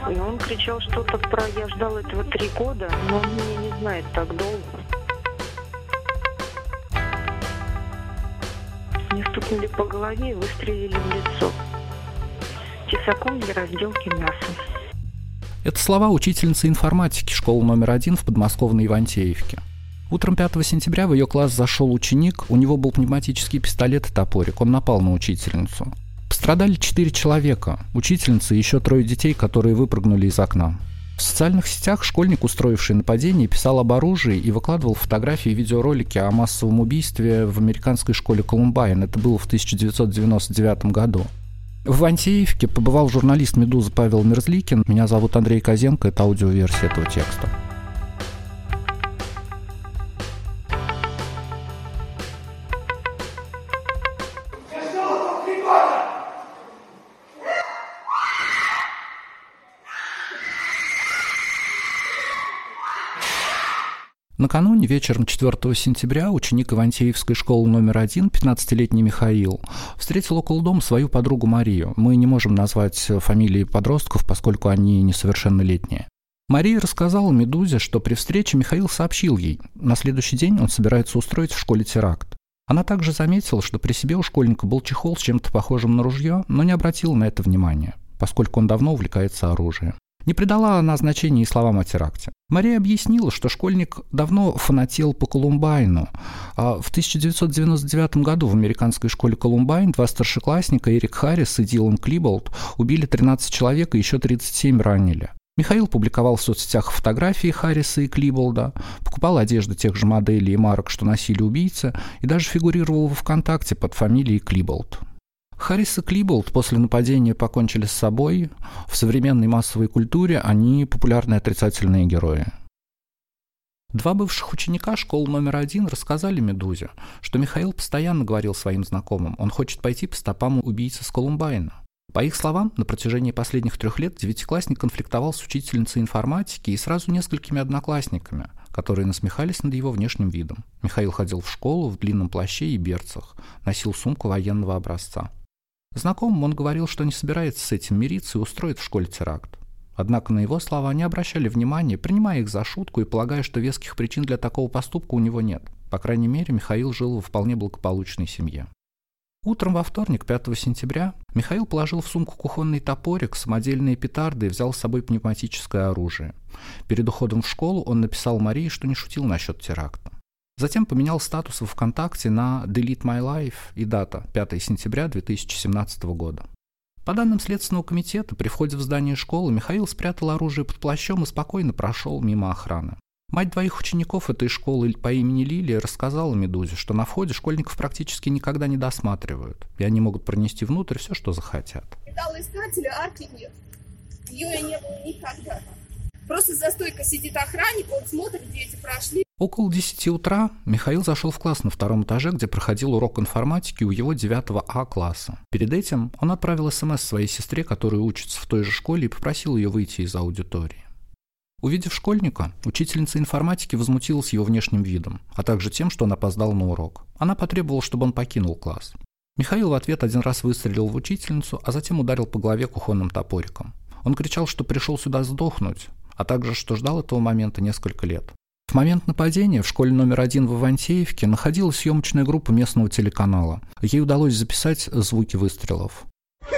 И он кричал что-то про «я ждал этого 3 года», но он меня не знает так долго. Мне стукнули по голове и выстрелили в лицо тесаком для разделки мяса. Это слова учительницы информатики школы номер 1 в подмосковной Ивантеевке. Утром 5 сентября в ее класс зашел ученик, у него был пневматический пистолет и топорик, он напал на учительницу. Пострадали 4 человека, учительница и еще 3 детей, которые выпрыгнули из окна. В социальных сетях школьник, устроивший нападение, писал об оружии и выкладывал фотографии и видеоролики о массовом убийстве в американской школе Колумбайн. Это было в 1999 году. В Ивантеевке побывал журналист «Медузы» Павел Мерзликин. Меня зовут Андрей Козенко, это аудиоверсия этого текста. Накануне вечером 4 сентября ученик Ивантеевской школы номер 1, 15-летний Михаил, встретил около дома свою подругу Марию. Мы не можем назвать фамилии подростков, поскольку они несовершеннолетние. Мария рассказала «Медузе», что при встрече Михаил сообщил ей, на следующий день он собирается устроить в школе теракт. Она также заметила, что при себе у школьника был чехол с чем-то похожим на ружье, но не обратила на это внимания, поскольку он давно увлекается оружием. Не придала она значения и словам о теракте. Мария объяснила, что школьник давно фанател по Колумбайну. В 1999 году в американской школе Колумбайн 2 старшеклассника, Эрик Харрис и Дилан Клиболд, убили 13 человек и еще 37 ранили. Михаил публиковал в соцсетях фотографии Харриса и Клиболда, покупал одежду тех же моделей и марок, что носили убийцы, и даже фигурировал во ВКонтакте под фамилией Клиболд. Харрис и Клиболд после нападения покончили с собой. В современной массовой культуре они популярные отрицательные герои. 2 бывших ученика школы номер 1 рассказали «Медузе», что Михаил постоянно говорил своим знакомым, он хочет пойти по стопам убийцы с Колумбайна. По их словам, на протяжении последних 3 лет 9-классник конфликтовал с учительницей информатики и сразу несколькими одноклассниками, которые насмехались над его внешним видом. Михаил ходил в школу в длинном плаще и берцах, носил сумку военного образца. Знакомым он говорил, что не собирается с этим мириться и устроит в школе теракт. Однако на его слова не обращали внимания, принимая их за шутку и полагая, что веских причин для такого поступка у него нет. По крайней мере, Михаил жил во вполне благополучной семье. Утром во вторник, 5 сентября, Михаил положил в сумку кухонный топорик, самодельные петарды и взял с собой пневматическое оружие. Перед уходом в школу он написал Марии, что не шутил насчет теракта. Затем поменял статус во ВКонтакте на «Delete my life» и дата 5 сентября 2017 года. По данным Следственного комитета, при входе в здание школы Михаил спрятал оружие под плащом и спокойно прошел мимо охраны. Мать 2 учеников этой школы по имени Лилия рассказала «Медузе», что на входе школьников практически никогда не досматривают, и они могут пронести внутрь все, что захотят. Металлоискателя арки нет. Ее и не было никогда. Просто за стойкой сидит охранник, он смотрит, дети прошли. Около 10 утра Михаил зашел в класс на 2 этаже, где проходил урок информатики у его 9 А класса. Перед этим он отправил СМС своей сестре, которая учится в той же школе, и попросил ее выйти из аудитории. Увидев школьника, учительница информатики возмутилась его внешним видом, а также тем, что он опоздал на урок. Она потребовала, чтобы он покинул класс. Михаил в ответ 1 раз выстрелил в учительницу, а затем ударил по голове кухонным топориком. Он кричал, что пришел сюда сдохнуть, а также, что ждал этого момента несколько лет. В момент нападения в школе номер 1 в Ивантеевке находилась съемочная группа местного телеканала. Ей удалось записать звуки выстрелов.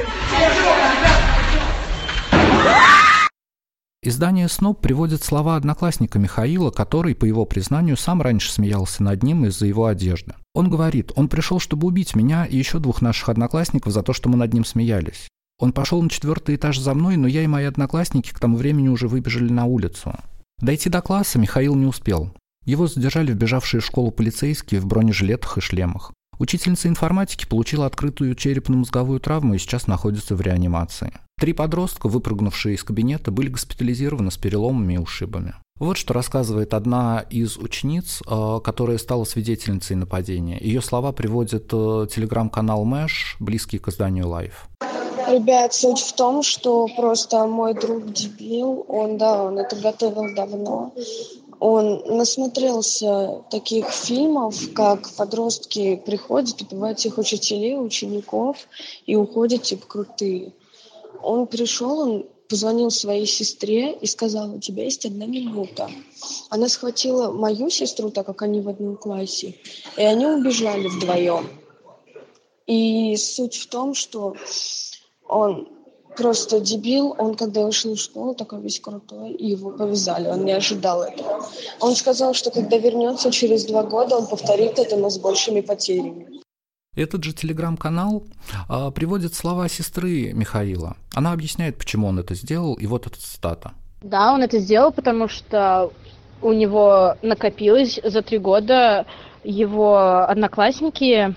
Издание «СНОП» приводит слова одноклассника Михаила, который, по его признанию, сам раньше смеялся над ним из-за его одежды. Он говорит, он пришел, чтобы убить меня и еще 2 наших одноклассников за то, что мы над ним смеялись. Он пошел на 4 этаж за мной, но я и мои одноклассники к тому времени уже выбежали на улицу. Дойти до класса Михаил не успел. Его задержали вбежавшие в школу полицейские в бронежилетах и шлемах. Учительница информатики получила открытую черепно-мозговую травму и сейчас находится в реанимации. 3 подростка, выпрыгнувшие из кабинета, были госпитализированы с переломами и ушибами. Вот что рассказывает одна из учениц, которая стала свидетельницей нападения. Ее слова приводит телеграм-канал Мэш, близкий к изданию Life. Ребят, суть в том, что просто мой друг дебил, он это готовил давно. Он насмотрелся таких фильмов, как подростки приходят, убивают всех учителей, учеников и уходят типа крутые. Он пришел, он позвонил своей сестре и сказал: у тебя есть 1 минута. Она схватила мою сестру, так как они в одном классе, и они убежали вдвоем. И суть в том, что он просто дебил. Он, когда вышел из школы, такой весь крутой, и его повязали. Он не ожидал этого. Он сказал, что когда вернется через 2 года, он повторит это, но с большими потерями. Этот же телеграм-канал приводит слова сестры Михаила. Она объясняет, почему он это сделал, и вот эта цитата. Да, он это сделал, потому что у него накопилось за 3 года его одноклассники,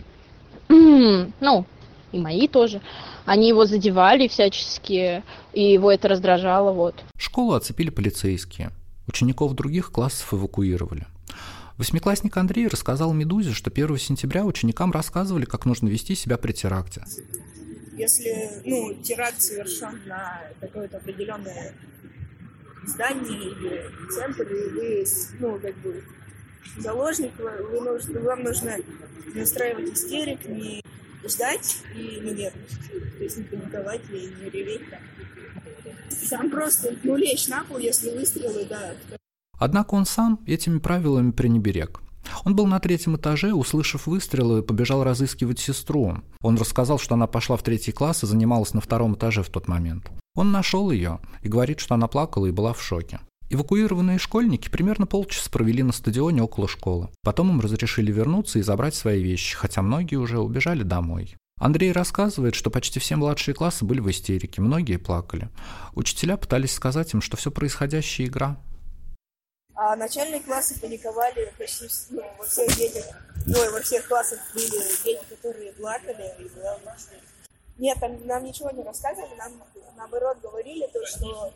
ну, и мои тоже, они его задевали всячески, и его это раздражало, вот. Школу оцепили полицейские. Учеников других классов эвакуировали. 8-классник Андрей рассказал «Медузе», что 1 сентября ученикам рассказывали, как нужно вести себя при теракте. Если, теракт совершен на какое-то определенное здание или центр, и вы, заложник, вам нужно не устраивать истерик, не ждать и не нервничать. То есть не паниковать и не реветь там. Сам просто, лечь на пол, если выстрелы, да. Однако он сам этими правилами пренеберег. Он был на 3-м этаже, услышав выстрелы, побежал разыскивать сестру. Он рассказал, что она пошла в 3-й класс и занималась на 2-м этаже в тот момент. Он нашел ее и говорит, что она плакала и была в шоке. Эвакуированные школьники примерно полчаса провели на стадионе около школы. Потом им разрешили вернуться и забрать свои вещи, хотя многие уже убежали домой. Андрей рассказывает, что почти все младшие классы были в истерике, многие плакали. Учителя пытались сказать им, что все происходящее игра. А начальные классы паниковали почти во всех детях. Во всех классах были дети, которые плакали. Нет, нам ничего не рассказывали, нам наоборот говорили, что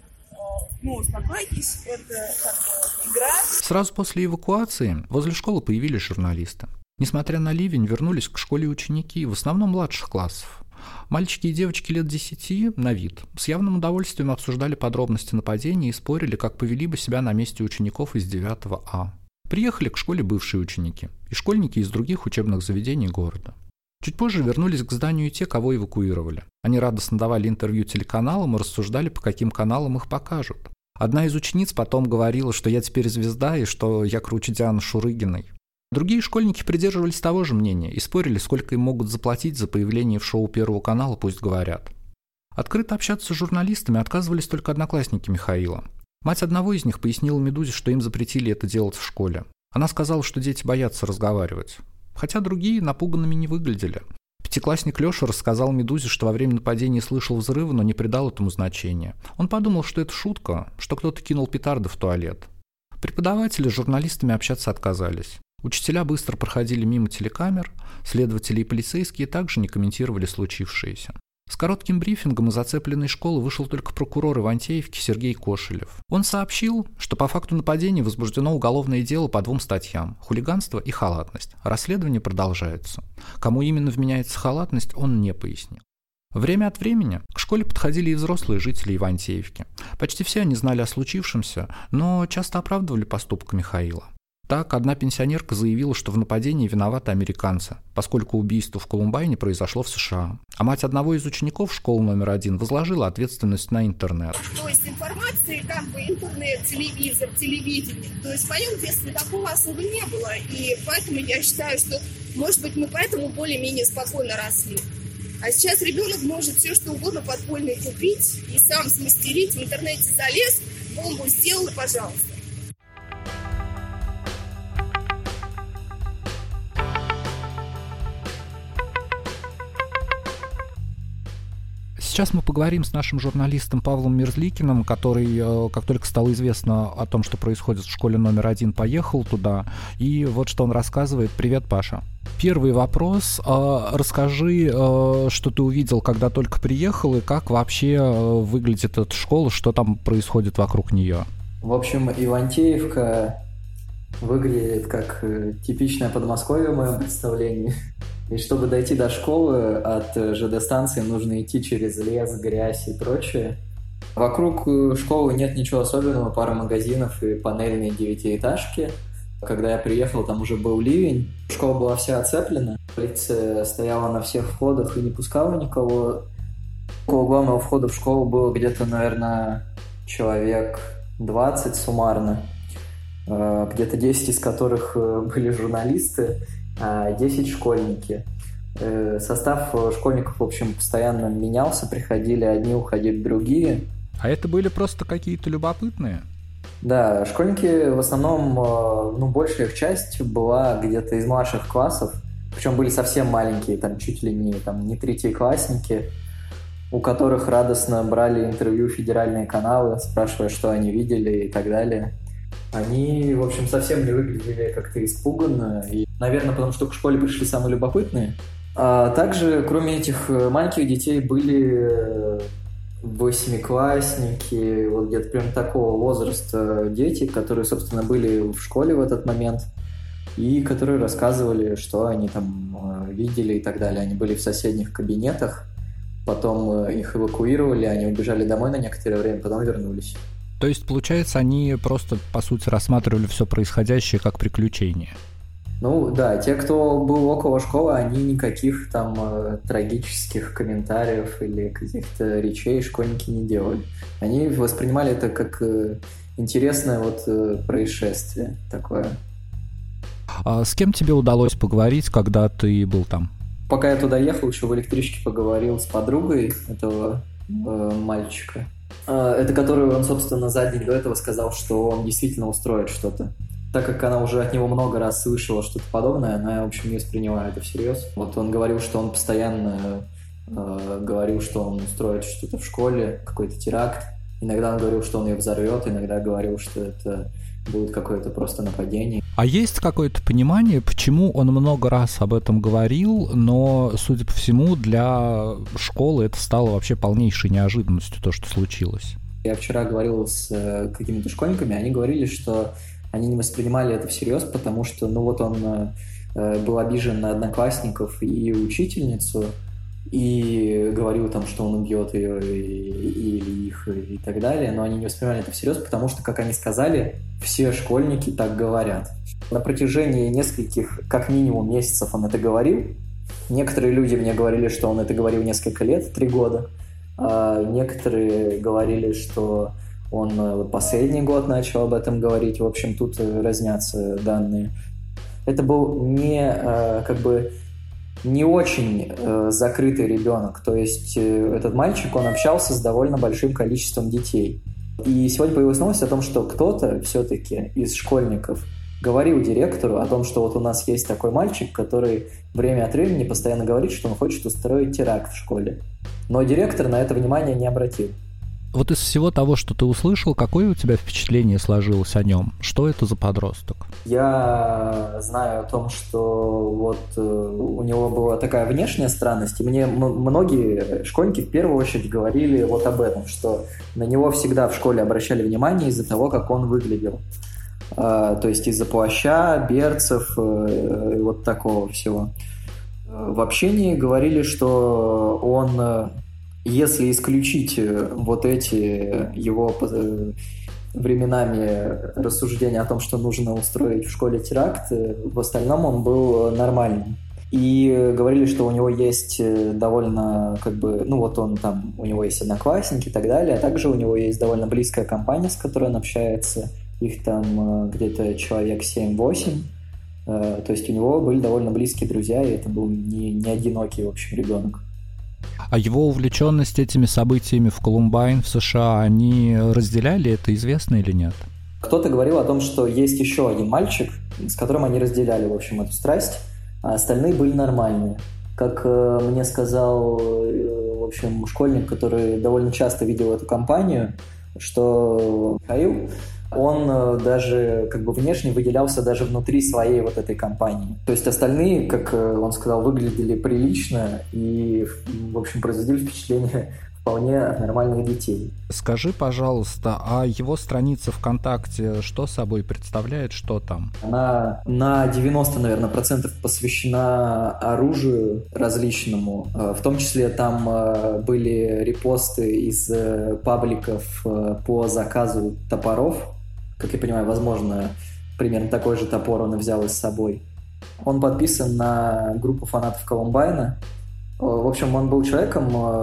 успокойтесь, это игра. Сразу после эвакуации возле школы появились журналисты. Несмотря на ливень, вернулись к школе ученики, в основном младших классов. Мальчики и девочки лет 10 на вид с явным удовольствием обсуждали подробности нападения и спорили, как повели бы себя на месте учеников из 9 А. Приехали к школе бывшие ученики и школьники из других учебных заведений города. Чуть позже вернулись к зданию и те, кого эвакуировали. Они радостно давали интервью телеканалам и рассуждали, по каким каналам их покажут. Одна из учениц потом говорила, что я теперь звезда и что я круче Дианы Шурыгиной. Другие школьники придерживались того же мнения и спорили, сколько им могут заплатить за появление в шоу Первого канала «Пусть говорят». Открыто общаться с журналистами отказывались только одноклассники Михаила. Мать одного из них пояснила «Медузе», что им запретили это делать в школе. Она сказала, что дети боятся разговаривать. Хотя другие напуганными не выглядели. 5-классник Леша рассказал «Медузе», что во время нападения слышал взрывы, но не придал этому значения. Он подумал, что это шутка, что кто-то кинул петарды в туалет. Преподаватели с журналистами общаться отказались. Учителя быстро проходили мимо телекамер, следователи и полицейские также не комментировали случившееся. С коротким брифингом из оцепленной школы вышел только прокурор Ивантеевки Сергей Кошелев. Он сообщил, что по факту нападения возбуждено уголовное дело по 2 статьям – хулиганство и халатность. Расследование продолжается. Кому именно вменяется халатность, он не пояснил. Время от времени к школе подходили и взрослые жители Ивантеевки. Почти все они знали о случившемся, но часто оправдывали поступок Михаила. Так, одна пенсионерка заявила, что в нападении виноваты американцы, поскольку убийство в Колумбайне произошло в США. А мать одного из учеников школы номер 1 возложила ответственность на интернет. То есть информации, интернет, телевизор, телевидение. То есть в моем детстве такого особо не было. И поэтому я считаю, что, может быть, мы поэтому более-менее спокойно росли. А сейчас ребенок может все что угодно подпольно купить и сам смастерить, в интернете залез, бомбу сделал и пожалуйста. Сейчас мы поговорим с нашим журналистом Павлом Мерзликиным, который, как только стало известно о том, что происходит в школе номер 1, поехал туда. И вот что он рассказывает. Привет, Паша. Первый вопрос. Расскажи, что ты увидел, когда только приехал, и как вообще выглядит эта школа, что там происходит вокруг нее. В общем, Ивантеевка выглядит как типичное Подмосковье в моем представлении. И чтобы дойти до школы, от ЖД-станции нужно идти через лес, грязь и прочее. Вокруг школы нет ничего особенного, пара магазинов и панельные 9-этажки. Когда я приехал, там уже был ливень. Школа была вся оцеплена. Полиция стояла на всех входах и не пускала никого. Около главного входа в школу было где-то, наверное, человек 20 суммарно. Где-то 10 из которых были журналисты, а 10 школьники. Состав школьников, в общем, постоянно менялся, приходили одни, уходили другие. А это были просто какие-то любопытные? Да, школьники в основном, большая их часть была где-то из младших классов, причем были совсем маленькие, там чуть ли не третьеклассники, у которых радостно брали интервью федеральные каналы, спрашивая, что они видели и так далее. Они, в общем, совсем не выглядели как-то испуганно, и, наверное, потому что к школе пришли самые любопытные. А также, кроме этих маленьких детей, были восьмиклассники, вот где-то примерно такого возраста дети, которые, собственно, были в школе в этот момент, и которые рассказывали, что они там видели и так далее. Они были в соседних кабинетах, потом их эвакуировали, они убежали домой на некоторое время, потом вернулись. То есть, получается, они просто, по сути, рассматривали все происходящее как приключение? Ну да, те, кто был около школы, они никаких там трагических комментариев или каких-то речей школьники не делали. Они воспринимали это как интересное происшествие такое. А с кем тебе удалось поговорить, когда ты был там? Пока я туда ехал, еще в электричке поговорил с подругой этого мальчика. Это которую он, собственно, за день до этого сказал, что он действительно устроит что-то. Так как она уже от него много раз слышала что-то подобное, она, в общем, не воспринимала это всерьез. Вот он говорил, что он постоянно говорил, что он устроит что-то в школе, какой-то теракт. Иногда он говорил, что он ее взорвет, иногда говорил, что это будет какое-то просто нападение. А есть какое-то понимание, почему он много раз об этом говорил, но, судя по всему, для школы это стало вообще полнейшей неожиданностью, то, что случилось? Я вчера говорил с какими-то школьниками, они говорили, что они не воспринимали это всерьез, потому что, он был обижен на одноклассников и учительницу, и говорил там, что он убьет ее или их и так далее, но они не воспринимали это всерьез, потому что, как они сказали, все школьники так говорят. На протяжении нескольких, как минимум, месяцев он это говорил. Некоторые люди мне говорили, что он это говорил несколько лет, 3 года. А некоторые говорили, что он последний год начал об этом говорить. В общем, тут разнятся данные. Это был не очень закрытый ребенок. То есть этот мальчик, он общался с довольно большим количеством детей. И сегодня появилась новость о том, что кто-то все-таки из школьников говорил директору о том, что вот у нас есть такой мальчик, который время от времени постоянно говорит, что он хочет устроить теракт в школе. Но директор на это внимание не обратил. Вот из всего того, что ты услышал, какое у тебя впечатление сложилось о нем? Что это за подросток? Я знаю о том, что у него была такая внешняя странность, и мне многие школьники в первую очередь говорили об этом, что на него всегда в школе обращали внимание из-за того, как он выглядел. То есть из-за плаща, берцев, такого всего. В общении говорили, что он, если исключить эти его временами рассуждения о том, что нужно устроить в школе теракт, в остальном он был нормальным. И говорили, что у него есть довольно, у него есть одноклассники и так далее, а также у него есть довольно близкая компания, с которой он общается. Их там где-то человек 7-8. То есть у него были довольно близкие друзья, и это был не одинокий, в общем, ребенок. А его увлеченность этими событиями в Колумбайн, в США, они разделяли это, известно или нет? Кто-то говорил о том, что есть еще один мальчик, с которым они разделяли, в общем, эту страсть, а остальные были нормальные. Как мне сказал, в общем, школьник, который довольно часто видел эту компанию, что Михаил, он даже внешне выделялся даже внутри своей этой компании. То есть остальные, как он сказал, выглядели прилично и, в общем, производили впечатление вполне нормальных детей. Скажи, пожалуйста, а его страница ВКонтакте что собой представляет, что там? Она на 90, наверное, процентов посвящена оружию различному. В том числе там были репосты из пабликов по заказу топоров. Как я понимаю, возможно, примерно такой же топор он и взял с собой. Он подписан на группу фанатов Колумбайна. В общем, он был человеком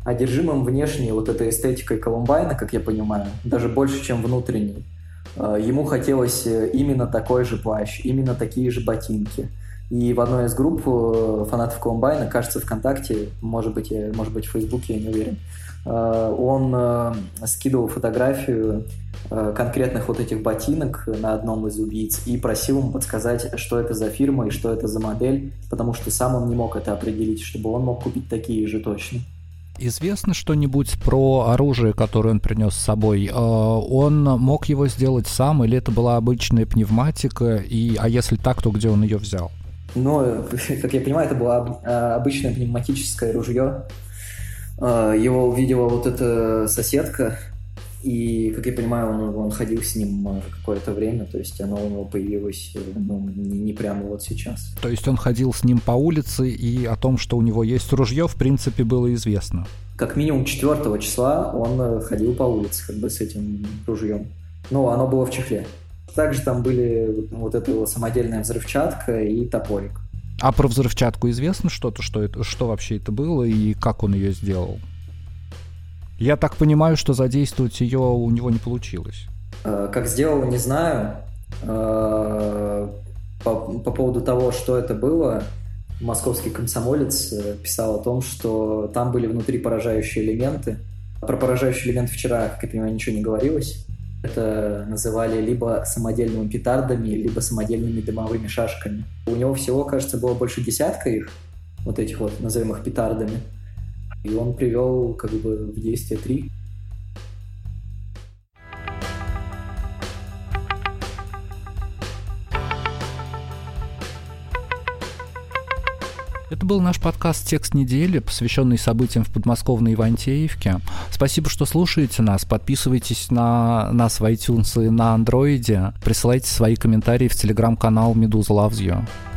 одержимым внешней вот этой эстетикой Колумбайна, как я понимаю, даже больше, чем внутренней. Ему хотелось именно такой же плащ, именно такие же ботинки. И в одной из групп фанатов Колумбайна, кажется, ВКонтакте, может быть, в Фейсбуке, я не уверен, он скидывал фотографию конкретных вот этих ботинок на одном из убийц и просил ему подсказать, что это за фирма и что это за модель, потому что сам он не мог это определить, чтобы он мог купить такие же точно. Известно что-нибудь про оружие, которое он принес с собой? Он мог его сделать сам, или это была обычная пневматика? А если так, то где он ее взял? Ну, как я понимаю, это было обычное пневматическое ружье. Его увидела вот эта соседка, и, как я понимаю, он ходил с ним какое-то время, то есть оно у него появилось не прямо вот сейчас. То есть он ходил с ним по улице, и о том, что у него есть ружье, в принципе, было известно? Как минимум 4 числа он ходил по улице как бы с этим ружьем. Ну, оно было в чехле. Также там были вот эта его самодельная взрывчатка и топорик. А про взрывчатку известно что-то, что вообще это было и как он ее сделал? Я так понимаю, что задействовать ее у него не получилось. Как сделал, не знаю. По поводу того, что это было, московский комсомолец писал о том, что там были внутри поражающие элементы. Про поражающие элементы вчера, как я понимаю, ничего не говорилось. Это называли либо самодельными петардами, либо самодельными дымовыми шашками. У него всего, кажется, было больше 10 их, вот этих вот, назовем их петардами. И он привел как бы в действие 3. Это был наш подкаст «Текст недели», посвященный событиям в подмосковной Ивантеевке. Спасибо, что слушаете нас. Подписывайтесь на нас в iTunes и на Android. Присылайте свои комментарии в телеграм-канал «Медуза Loves You».